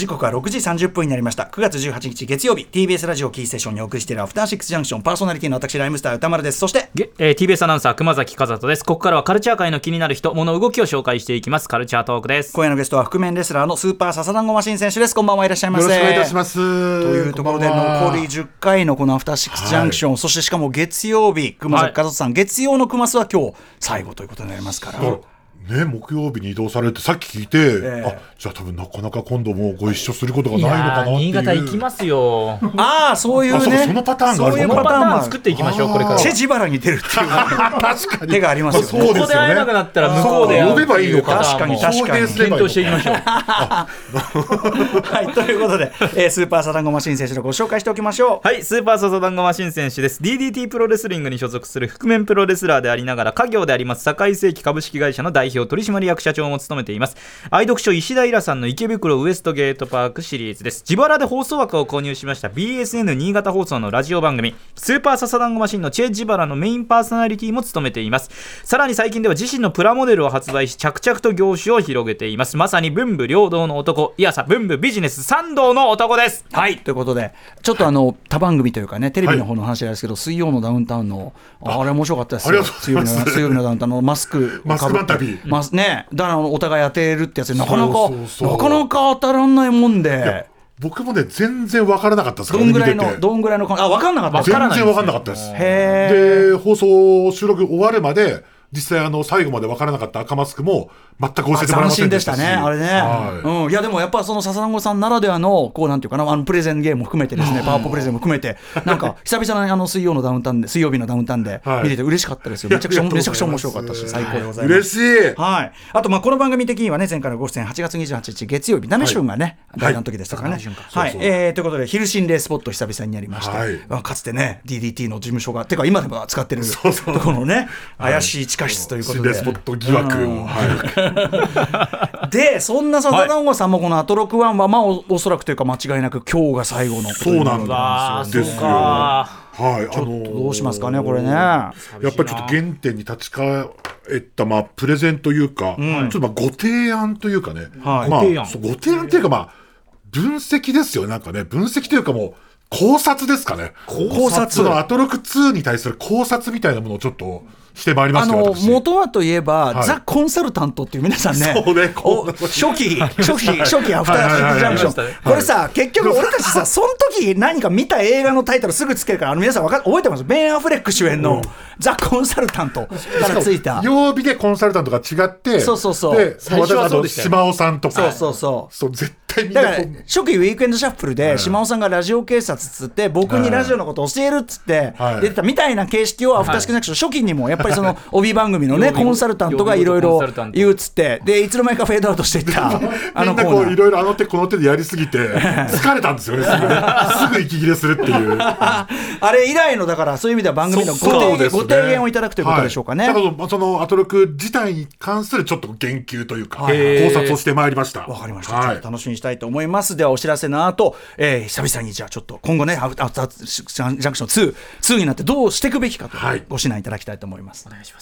時刻は6時30分になりました。9月18日月曜日、 TBS ラジオキーステーションにお送りしているアフターシックスジャンクション、パーソナリティの私ライムスター歌丸です。そして、 TBS アナウンサー熊崎和人です。ここからはカルチャー界の気になる人物動きを紹介していきます。カルチャートークです。 今夜のゲストは覆面レスラーのスーパーササダンゴマシン選手です。こんばんはいらっしゃいませ。 よろしくお願いいたします。というところで残り10回のこのアフターシックスジャンクション、そしてしかも月曜日、熊崎和人さん、月曜の熊須は今日最後ということになりますからね、木曜日に移動されてさっき聞いて、じゃあ多分なかなか今度もご一緒することがないのかなっていう。 新潟行きますよ。 そういうね、 そのパターンがある。 そういうパターン作っていきましょう。これからチェジバラに出るっていう確かに手がありますよね。 ここで会えなくなったら向こうで呼べばいいのか。 確かに検討していきましょう。 はい、ということで、スーパーサダンゴマシン選手のご紹介しておきましょう。 はい、スーパーサダンゴマシン選手です。 DDT プロレスリングに所属する覆面プロレスラーでありながら家業であります堺世紀株式会社の代表取締役社長も務めています。愛読書石田イラさんの池袋ウエストゲートパークシリーズです。自腹で放送枠を購入しました BSN 新潟放送のラジオ番組スーパーササダンゴマシンのチェ・ジバラのメインパーソナリティも務めています。さらに最近では自身のプラモデルを発売し着々と業種を広げています。まさに文武両道の男、いやさ文武ビジネス三道の男です。 はい、ということでちょっと他番組というかねテレビの方の話なんですけど、水曜のダウンタウンのあれ面白かったですよ。水曜日のダウンタウンのマスクマン旅ね、だからお互い当てるってやつでなかなか当たらないもんで、 僕もね全然分からなかったですからね。どんぐらいの分かんなかった。 全然分からなかったです。 で放送収録終わるまで実際最後まで分からなかった赤マスクも全く教えてもらえませんでしたし。 斬新でしたねあれね、いやでもやっぱその笹団子さんならではのこうなんていうかなプレゼンゲームも含めてですね、パワーポプレゼンも含めてなんか久々に水曜日のダウンタウンで見てて嬉しかったですよ。めちゃくちゃ面白かったし最高でございます。 嬉しい。 はい。あとこの番組的にはね前回のご出演8月28日月曜日ナメシュンがね代打の時でしたからね。はい。ということで昼心霊スポット久々にやりまして、かつてね DDT の事務所がてか今でも使ってるところのね怪しい地下室ということで。 心霊スポット疑惑。 でそんな笹団子さんもこのアトロク1はおそらくというか間違いなく今日が最後のことになるんですよ。 はい、 ちょっとどうしますかねこれね。 やっぱりちょっと原点に立ち返ったプレゼンというか、ちょっとご提案というかね、ご提案というか分析ですよ。なんかね分析というかもう考察ですかね。 考察。 そのアトロク2に対する考察みたいなものをちょっとしてまいりましたよ。 元はといえば、ザ・コンサルタントっていう皆さんね、初期アフターシックスジャンクション、これさ結局俺たちさその時何か見た映画のタイトルすぐつけるから皆さん覚えてます？ベン・アフレック主演のザ・コンサルタントからついた曜日でコンサルタントが違って、 そうで最初はそうでしたよね。 島尾さんとかそう絶対みんなだから初期ウィークエンドシャッフルで島尾さんがラジオ警察っつって僕にラジオのことを教えるっつって出てたみたいな形式をアフターシックスジャンクション初期にもやっぱりその帯番組のねコンサルタントがいろいろ言うっつってでいつの間にかフェードアウトしていったみんなこういろいろ手この手でやりすぎて疲れたんですよね。すぐ息切れするっていうあれ以来のだからそういう意味では番組のご提言をいただくということでしょうかね。 だからそのアトロク自体に関するちょっと言及というか考察をしてまいりました。 わかりました、ちょっと楽しみにしたいと思います。ではお知らせの後、久々にじゃあちょっと今後ねアフターシックスジャンクション2になってどうしていくべきかとご指南いただきたいと思います。 お願いします。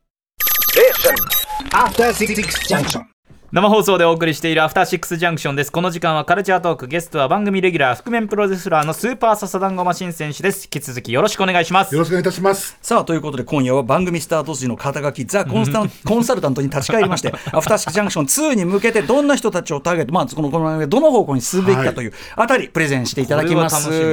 生放送でお送りしているアフターシックスジャンクションです。この時間はカルチャートーク、ゲストは番組レギュラー覆面プロレスラーのスーパーササダンゴマシン選手です。引き続きよろしくお願いします。 よろしくお願いいたします。 さあということで今夜は番組スタート時の肩書きザ・コンサルタントに立ち返りましてアフターシックスジャンクション2に向けてどんな人たちをターゲット、この番組でどの方向に進むべきかというあたりプレゼンしていただきます。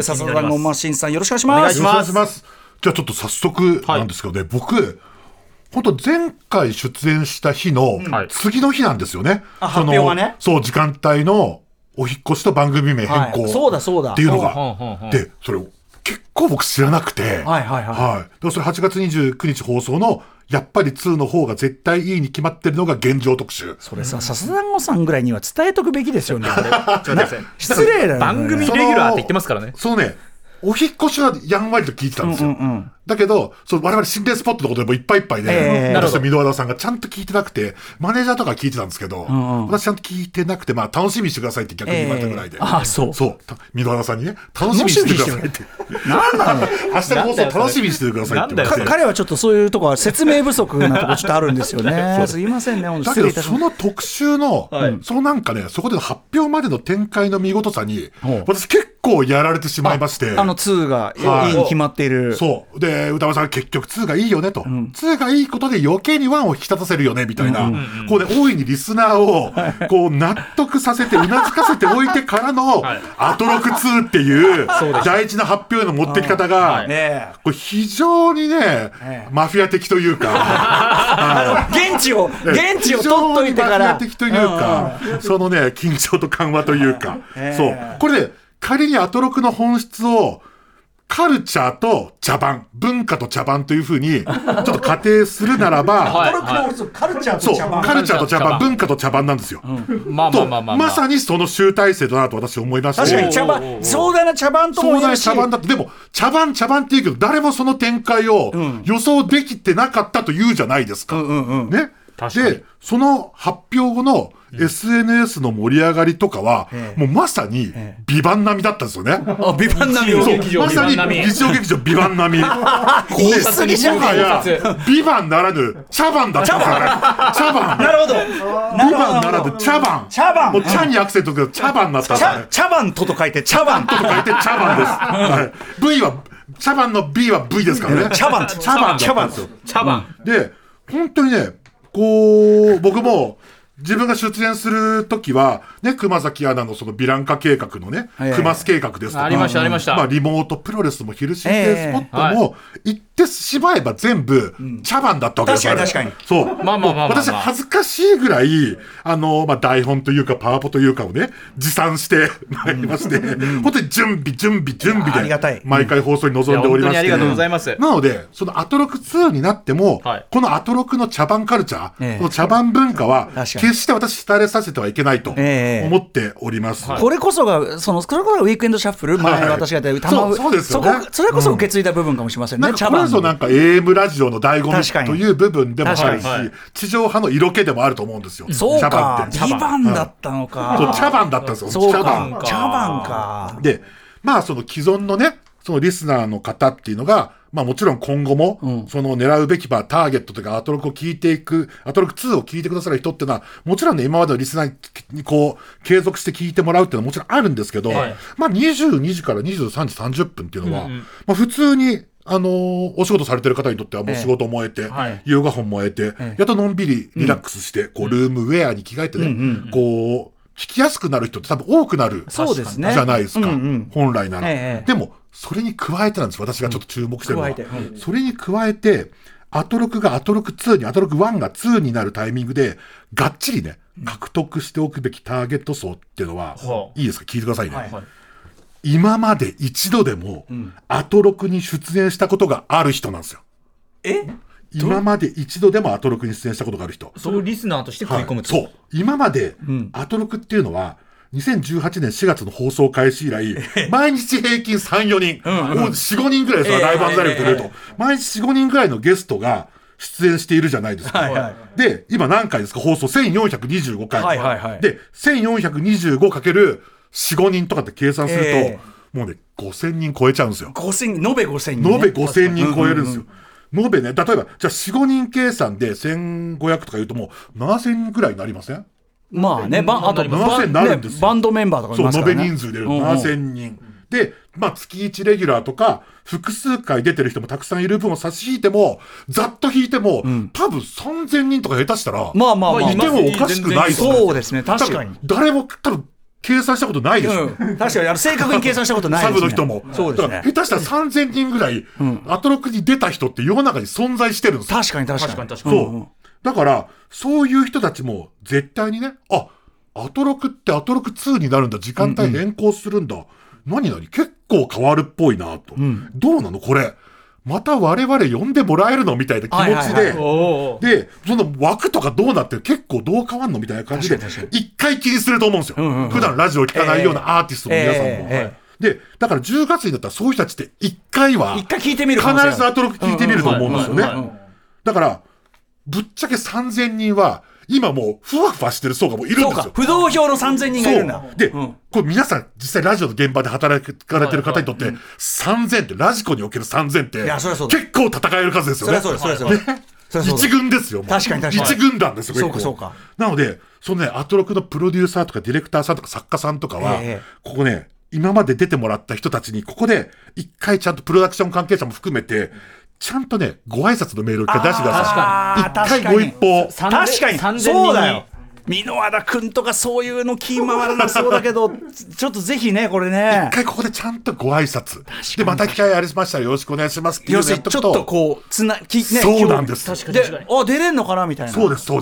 ササダンゴマシンさんよろしくお願いします。 お願いします。じゃあちょっと早速なんですけどね、僕本当前回出演した日の次の日なんですよね。 発表がね。 そう時間帯のお引っ越しと番組名変更っていうのが、でそれを結構僕知らなくて、でそれ8月29日放送のやっぱり2の方が絶対いいに決まってるのが現状特集。 それさ笹団子さんぐらいには伝えとくべきですよね。失礼だよね。 番組レギュラーって言ってますからね。 そうね。お引っ越しはやんわりと聞いてたんですよ。 だけど、我々心霊スポットのことでもいっぱいいっぱいで、私と箕輪田さんがちゃんと聞いてなくて、マネージャーとか聞いてたんですけど、私ちゃんと聞いてなくて、まあ楽しみにしてくださいって逆に言われたぐらいで。そう。箕輪田さんにね、楽しみにしてくださいって。 なんなの明日の放送楽しみにしてくださいって言って。 彼はちょっとそういうところは説明不足なところちょっとあるんですよね。すいませんね、 だけどその特集の、なんかね、そこでの発表までの展開の見事さに、私結構やられてしまいまして。 2がいいに決まっている。 そう。で、歌丸さん結局2がいいよねと。2がいいことで余計に1を引き立たせるよね、みたいな。こうね、大いにリスナーを、こう納得させて、うなずかせておいてからの、アトロク2っていう、大事な発表への持ってき方が、これ非常にね、マフィア的というか、 現地を取っといてから。 マフィア的というか、そのね、緊張と緩和というか、そう。これで、仮にアトロクの本質を、カルチャーと茶番、文化と茶番というふうに、ちょっと仮定するならば、 アトロクの本質、カルチャーと茶番。 カルチャーと茶番、文化と茶番なんですよ。まさにその集大成だなと私思いました。 確かに茶番、壮大な茶番とも言えるし。 壮大な茶番だって、でも、茶番って言うけど、誰もその展開を予想できてなかったと言うじゃないですか。ね。で、その発表後の SNS の盛り上がりとかは、もうまさに、ビバン並みだったんですよね。 ビバン並み。 まさに、日曜劇場ビバン並み。 言い過ぎじゃん。 もはや、ビバンならぬ、茶番だったんですよね。茶番。 なるほど。 ビバンならぬ、茶番。 茶番。 もう茶にアクセントが茶番になったんですね。 茶番と書いて、茶番と書いて、茶番です。V は、茶番の B は V ですからね。 茶番。 茶番だったんですよ。 茶番。 で、本当にね、こう、僕も、自分が出演するときは、ね、熊崎アナのそのヴィラン化計画のね、熊須計画ですとか、 ありました。 まあ、リモートプロレスも昼心霊スポットも、言ってしまえば全部、茶番だったわけですよ。 確かに。 そう。私恥ずかしいぐらい、まあ、台本というか、パワポというかをね、持参してまいりまして、本当に準備で、毎回放送に臨んでおりまして。 ありがとうございます。 なので、そのアトロク2になっても、このアトロクの茶番カルチャー、この茶番文化は、決して私廃れさせてはいけないと思っております。 これこそがウィークエンドシャッフル、前私が言ったそうですよね。 それこそ受け継いだ部分かもしれませんね。 これこそなんか AM ラジオの醍醐味という部分でもあるし、地上波の色気でもあると思うんですよ。 そうか、茶番だったのか。 茶番だったんですよ。 茶番か。 で、まあその既存のね、そのリスナーの方っていうのが、まあもちろん今後も、その狙うべきターゲットというかアトロクを聞いていく、アトロク2を聞いてくださる人っていうのは、もちろんね、今までのリスナーにこう、継続して聞いてもらうっていうのはもちろんあるんですけど、まあ22時から23時30分っていうのは、まあ普通に、お仕事されてる方にとってはもう仕事も終えて、夕ご飯も終えて、やっとのんびりリラックスして、こう、ルームウェアに着替えてね、こう、聞きやすくなる人って多分多くなるじゃないですか。本来なら。でも、それに加えてなんです。私がちょっと注目してるのは。それに加えて、アトロクがアトロク2に、アトロク1が2になるタイミングで、がっちりね、獲得しておくべきターゲット層っていうのは、いいですか？聞いてくださいね。今まで一度でも、アトロクに出演したことがある人なんですよ。今まで一度でもアトロクに出演したことがある人。 それをリスナーとして食い込むと。 そう。今まで、アトロクっていうのは、2018年4月の放送開始以来、毎日平均3、4人、4、5人ぐらいですよ、ライブアンザライブと言うと。毎日4、5人ぐらいのゲストが出演しているじゃないですか。で、今何回ですか、放送1425回。で、1425かける4、5人とかって計算すると、もうね、5000人超えちゃうんですよ。 延べ5000人。 延べ5000人超えるんですよ。延べね、例えば、じゃあ4、5人計算で1500とか言うともう7000人くらいになりません？ まあね、 あと7000になるんですよ。 バンドメンバーとかいますからね。 そう、延べ人数で7000人。で、まあ月1レギュラーとか、複数回出てる人もたくさんいる分を差し引いても、ざっと引いても、多分3000人とか下手したら、いてもおかしくないですね。 そうですね、確かに。 誰も多分、計算したことないでしょ。 確かに正確に計算したことないですね。 サブの人も。そうですね。下手したら3000人ぐらい、アトロクに出た人って世の中に存在してるんですよ。 確かに。 そう。だから、そういう人たちも絶対にね、アトロクってアトロク2になるんだ、時間帯変更するんだ。何結構変わるっぽいなと。どうなのこれ。また我々呼んでもらえるのみたいな気持ちで、で、その枠とかどうなってる結構どう変わんのみたいな感じで、一回気にすると思うんですよ。普段ラジオ聞かないようなアーティストの皆さんも。 で、だから10月になったらそういう人たちって1回聞いてみる必ずアトロク聞いてみると思うんですよね。だから、ぶっちゃけ3000人は、今もう、ふわふわしてる層がもういるんですよ。そうか、 不動票の3000人がいるんだ。 で、これ皆さん、実際ラジオの現場で働かれてる方にとって、3000って、ラジコにおける3000って、結構戦える数ですよね。 そりゃそうです。 一軍ですよ。 確かに。 一軍団ですよ、結構。 そうか。 なので、そのね、アトロクのプロデューサーとかディレクターさんとか作家さんとかは、ここね、今まで出てもらった人たちに、ここで、一回ちゃんとプロダクション関係者も含めて、ちゃんとね、ご挨拶のメールを一回出してください。一回ご一報。 確かに。そうだよ。箕輪田くんとかそういうの気回らなそうだけど、ちょっとぜひね、これね。 一回ここでちゃんとご挨拶。で、また機会ありましたらよろしくお願いしますっていうのやっとくと。 ちょっとこう、 ね。そうなんです。 確かに。で、出れんのかなみたいな。 そうです。 そう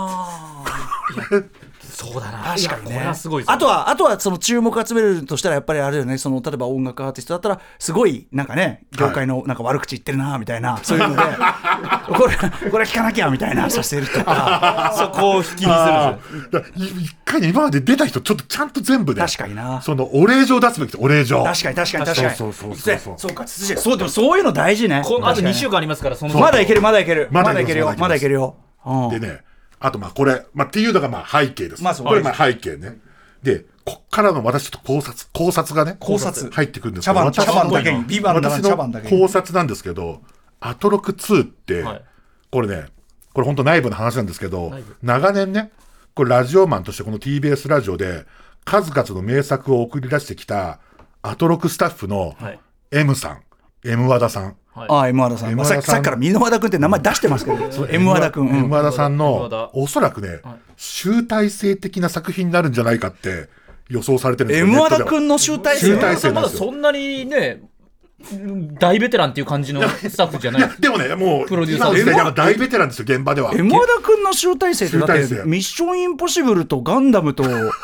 だな。 確かにね。 すごい。 あとはその注目を集めるとしたらやっぱりあれよね。その例えば音楽アーティストだったらすごいなんかね業界のなんか悪口言ってるなみたいな、そういうのでこれ聞かなきゃみたいなさせるとかそこを引きにする。 一回ね今まで出た人ちょっとちゃんと全部で確かにな。 そのお礼状出すべきです。お礼状。 確かに。そうかそうでもそういうの大事ね。 あと2週間ありますからまだいけるよ。 でね。あとこれっていうのが背景です。これ背景ね。でこっからの私ちょっと考察がね入ってくるんですけど、 茶番だけにビバンの茶番だけに考察なんですけど、アトロク2って、これ本当内部の話なんですけど、長年ねこれラジオマンとしてこの TBS ラジオで数々の名作を送り出してきたアトロクスタッフの M さん、M 和田さん。 M 和田さん。さっきから箕輪田君って名前出してますけど、M 和田君。 M 和田さんのおそらくね、集大成的な作品になるんじゃないかって予想されてるんですよ。 M 和田君の集大成なんですよ。まだそんなにね大ベテランっていう感じのスタッフじゃないでもねもうプロデューサー大ベテランですよ現場では。 M 和田君の集大成ってだってミッションインポッシブルとガンダムと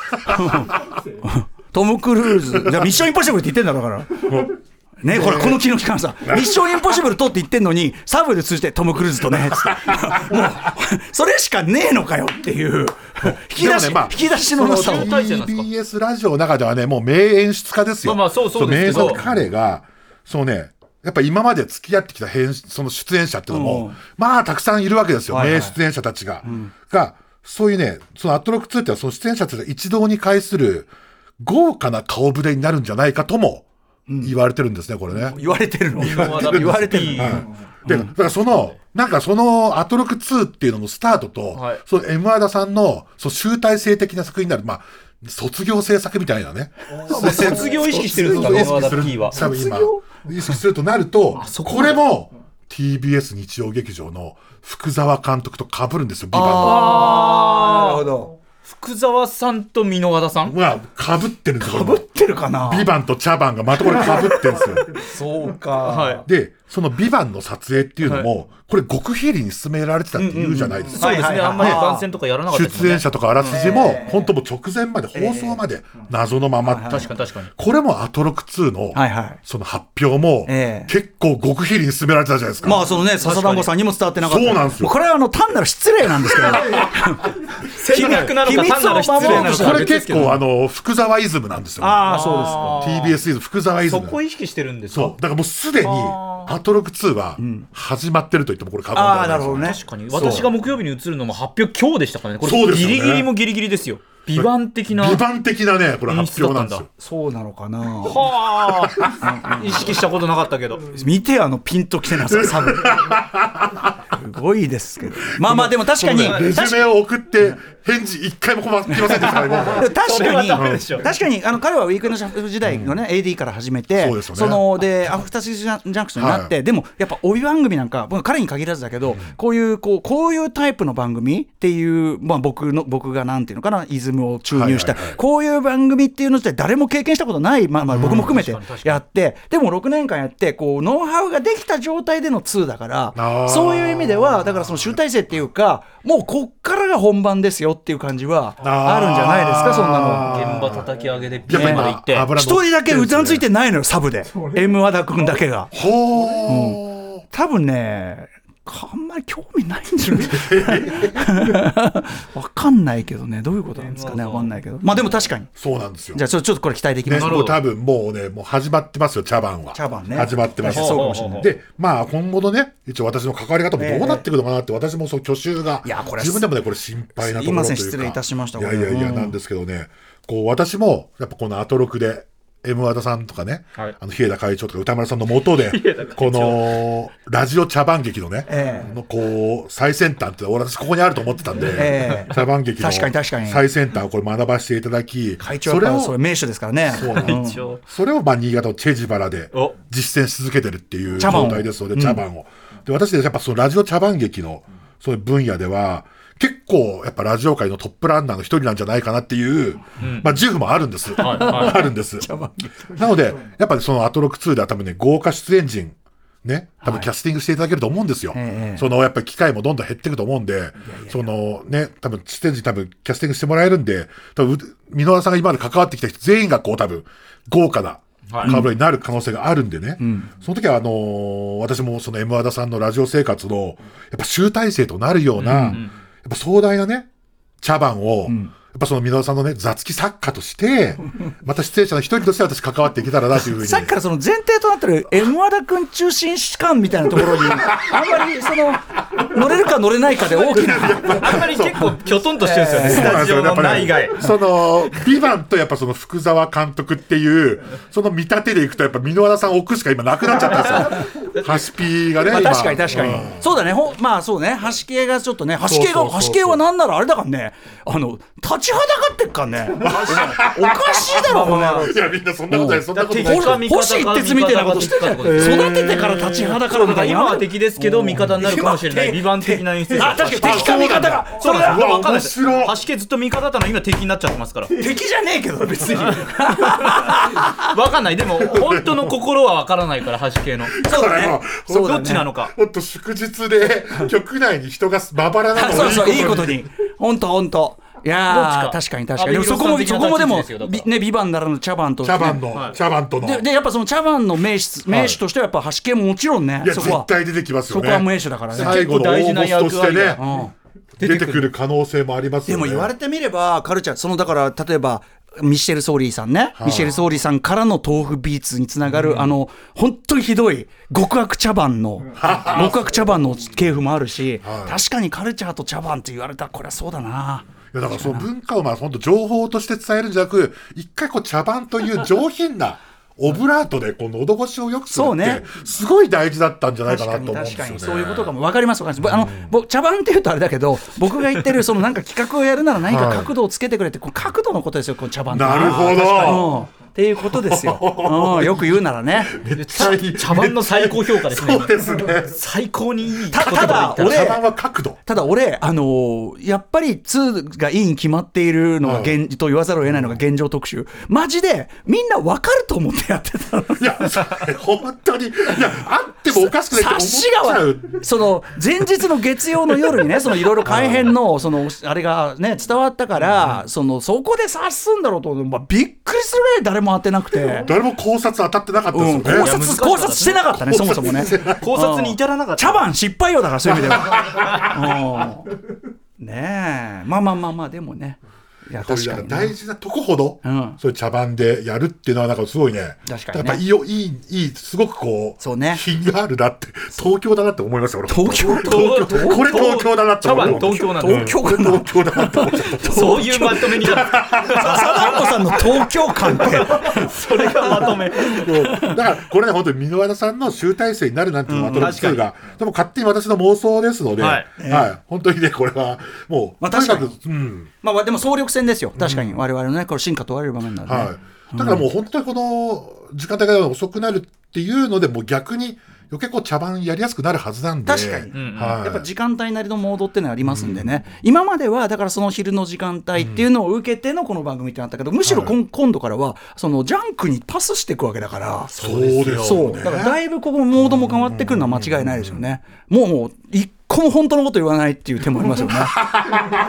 トム・クルーズ。じゃミッションインポッシブルって言ってんだからね、この気の利かんさ、ミッションインポッシブルとって言ってんのにサブで通じてトム・クルーズとねつってもうそれしかねえのかよっていう引き出しのなさを。 TBS ラジオの中ではねもう名演出家ですよ。 そうですけど彼がそうねやっぱ今まで付き合ってきたその出演者っていうのもたくさんいるわけですよ、名出演者たちが、そういうねそのアトロック2ってその出演者たちが一堂に会する豪華な顔ぶれになるんじゃないかとも言われてるんですね、これね。 言われてるの。言われてる。 で、だからそのアトロク2っていうののスタートと、その M 和田さんの集大成的な作品になる、卒業制作みたいなね。 卒業意識してるんですか、M 和田 P は。 意識するとなると、これも TBS 日曜劇場の福澤監督と被るんですよ、ビバンの。 なるほど。 福澤さんと箕輪田さん被ってるんですよ。 被ってるかな。 ビバンと茶番がまたこれ被ってるんですよ。そうか。 でそのビバンの撮影っていうのも、これ極秘裏に進められてたって言うじゃないですか。 そうですね。あんまり番宣とかやらなかったですね。 出演者とかあらすじも本当も直前まで放送まで謎のまま。 確かに。 これもアトロク2のその発表も結構極秘裏に進められてたじゃないですか。 そのね笹団子さんにも伝わってなかった。 そうなんですよ。 これは単なる失礼なんですけど。 戦略なのか単なる失礼なのか。 これ結構福沢イズムなんですよ。 そうです。TBS イズム福沢イズム。 そこ意識してるんですか。 そうだからもうすでにアトロク2は始まってると言ってもこれ過言ではないですよね。 確かに私が木曜日に移るのも発表今日でしたからね。これギリギリもギリギリですよ。ビバン的なねこれ発表なんですよ。 そうなのかな。 意識したことなかったけど。 見てピンときてなさサブ。すごいですけど。でも確かにレジュメを送って返事一回も来ませんでしたね。 確かに彼はウィークエンドシャッフル時代のね AD から始めて、そのでアフターシックスジャンクションになって、でもやっぱ帯番組なんか彼に限らずだけど、こういうタイプの番組っていう僕がなんていうのかなイズムを注入したこういう番組っていうのって誰も経験したことない僕も含めてやってでも6年間やってノウハウができた状態での2だからそういう意味ではだからその集大成っていうかもうこっからが本番ですよっていう感じはあるんじゃないですか。そんなの現場叩き上げでピンまで行って一人だけうつんついてないのよサブで M 和田君だけが多分ねあんまり興味ないんじゃないわかんないけどね、どういうことなんですかね、わかんないけど、まあでも確かにそうなんですよ。 じゃあちょっとこれ期待できます、 ね、もう多分もう始まってますよ、茶番は。 茶番ね、 始まってます。 そうかもしれない。 でまあ今後のね、一応私の関わり方もどうなっていくのかなって、私もそう去就が自分でもねこれ心配なところというか、 失礼いたしました。 いやなんですけどね、こう私もやっぱこのアトロクでM和田さんとかね、はい、日枝会長とか歌丸さんの下でこのラジオ茶番劇のね、のこう最先端って私ここにあると思ってたんで、茶番劇の最先端をこれ学ばせていただき、 会長はそれ名手ですからね。 それをまあ新潟のチェジバラで実践し続けてるっていう状態ですので、茶番を。で私でやっぱそのラジオ茶番劇のそういう分野では結構やっぱラジオ界のトップランナーの一人なんじゃないかなっていう、まあ自負もあるんです。あるんです。なので、やっぱりそのアトロク2では多分ね、豪華出演陣、ね、多分キャスティングしていただけると思うんですよ。そのやっぱり機会もどんどん減っていくと思うんで、そのね、多分出演陣多分キャスティングしてもらえるんで、多分、箕輪さんが今まで関わってきた人全員がこう多分、豪華な、顔ぶれになる可能性があるんでね、その時は私もその M 和田さんのラジオ生活のやっぱ集大成となるような、やっぱ壮大なね、茶番を、やっぱその箕輪さんのね、雑記作家として、また出演者の一人として私関わっていけたらなというふうに。 さっきからその前提となってる M 和田君中心士官みたいなところに、あんまりその、乗れるか乗れないかで大きな。 あんまり結構きょとんとしてるんですよね、スタジオの内外。 その、ビバンとやっぱその福沢監督っていう、その見立てでいくとやっぱ箕輪田さんを置くしか今なくなっちゃったんですよ。ハシピーがね。 まあ、確かに。そうだね、まあそうね、ハシ系がちょっとね、ハシ系はなんならあれだからね、立ちはだかってっからね。おかしいだろ、この野郎。 いや、みんなそんなことない、そんなことない。 星一徹みたいなことしてたよ。育ててから立ちはだからみたいな。 今は敵ですけど味方になるかもしれない。美版的な演出。 確かに敵か味方が。 そうなんですよ。分かんないです。橋家ずっと味方だったの今敵になっちゃってますから。 敵じゃねえけど別に。 分かんない。でも本当の心は分からないから橋家の。 そうだね。 どっちなのか。 ほんと祝日で局内に人がまばらなのがいいことに。ほんと。いや確かにでもそこもでもね、ビバンならぬ茶番と茶番とのでやっぱその茶番の名手としてはやっぱ橋系ももちろんね、そこは絶対出てきますよね。 そこは名手だからね。 最後の大ボスとしてね、出てくる可能性もありますよね。 でも言われてみればカルチャー、だから例えばミシェル・ソーリーさんね、ミシェル・ソーリーさんからの豆腐ビーツにつながる、本当にひどい極悪茶番の系譜もあるし、確かにカルチャーと茶番って言われたらこれはそうだな。 いやだからその文化を本当情報として伝えるんじゃなく、一回こう茶番という上品なオブラートでこう喉越しを良くするってすごい大事だったんじゃないかなと思うんですよね。 確かにそういうことかも分かります。茶番っていうとあれだけど、僕が言ってるそのなんか企画をやるなら何か角度をつけてくれって、この角度のことですよ、この茶番って。 なるほど。 っていうことですよ。よく言うならね。 茶番の最高評価ですね。 そうですね。 最高にいい。 ただ俺やっぱり2がいいに決まっているのがと言わざるを得ないのが現状特集。マジでみんな分かると思ってやってたの。 いや本当にあってもおかしくないと思っちゃう。 その前日の月曜の夜にね、そのいろいろ改編のそのあれがね伝わったから、そこで察すんだろうと思って、びっくりするぐらい誰も当てなくて、 誰も考察当たってなかったですよね。 考察してなかったね、そもそもね。 考察に至らなかった。 茶番失敗よだから、そういう意味では。ねえ、まあでもね。いや確かに、ね、 大事なとこほど、そういう茶番でやるっていうのはなんかすごいね。 確かにね。 やっぱいいすごくこう、 そうね、 品があるなって、東京だなって思いました俺。 東京これ東京だなって思う。 茶番東京なんだ。 東京だなって思っちゃった。 そういうまとめになった。 貞子さんの東京感ってそれがまとめ。 だからこれね、本当に箕輪田さんの集大成になるなんていうのはアトロック2が、でも勝手に私の妄想ですので、本当にねこれはもう、 とにかく、でも総力戦ですよ。確かに我々のね、これ進化問われる場面なんで、 だからもう本当にこの時間帯が遅くなるっていうので、もう逆に余計こう茶番やりやすくなるはずなんで。 確かに、やっぱ時間帯なりのモードっていうのはありますんでね、今まではだからその昼の時間帯っていうのを受けてのこの番組ってなったけど、むしろ今度からはそのジャンクにパスしていくわけだから。 そうですよね。 だからだいぶここのモードも変わってくるのは間違いないですよね。もう一個も本当のこと言わないっていう手もありますよ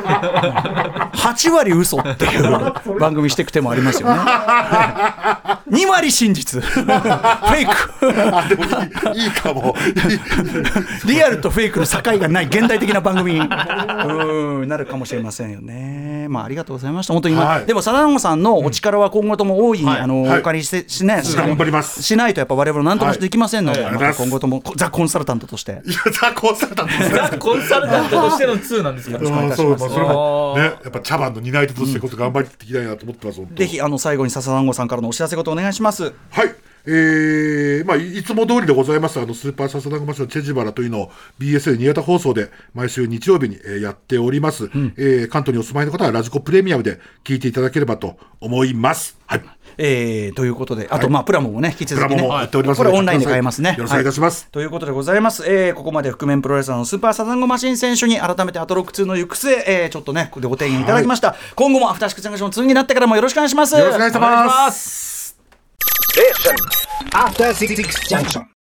ね。8割嘘っていう番組していく手もありますよね。 2割真実フェイクあでもいいかもリアルとフェイクの境がない現代的な番組になるかもしれませんよね。まあありがとうございました本当に、はい、でも貞永さんのお力は今後とも大いに、はい、お借りしね、 頑張ります。 しないとやっぱ我々何ともできませんので、また今後ともザ・コンサルタントとして。 いやザ・コンサルタントですね。 ザ・コンサルタントとしての2なんですけど、 それもねやっぱ茶番の担い手としてこと頑張っていきたいなと思ってます。 ぜひ最後に笹団子さんからのお知らせことお願いします。 はい。まあ、いつも通りでございますスーパーササダンゴマシのチェジバラというのを BSL 新潟放送で毎週日曜日に、やっております、関東にお住まいの方はラジコプレミアムで聞いていただければと思います。はい。ということであと、まあ、プラモもね引き続きねやっておりますこれオンラインで買えますね。 よろしくお願いいたします、 ということでございます、ここまで覆面プロレスラーのスーパーサザンゴマシン選手に改めてアトロック2の行く末、ちょっとねご提言いただきました、今後もアフターシックスジャンクション2になってからもよろしくお願いします。 よろしくお願いします。 After 66 junction.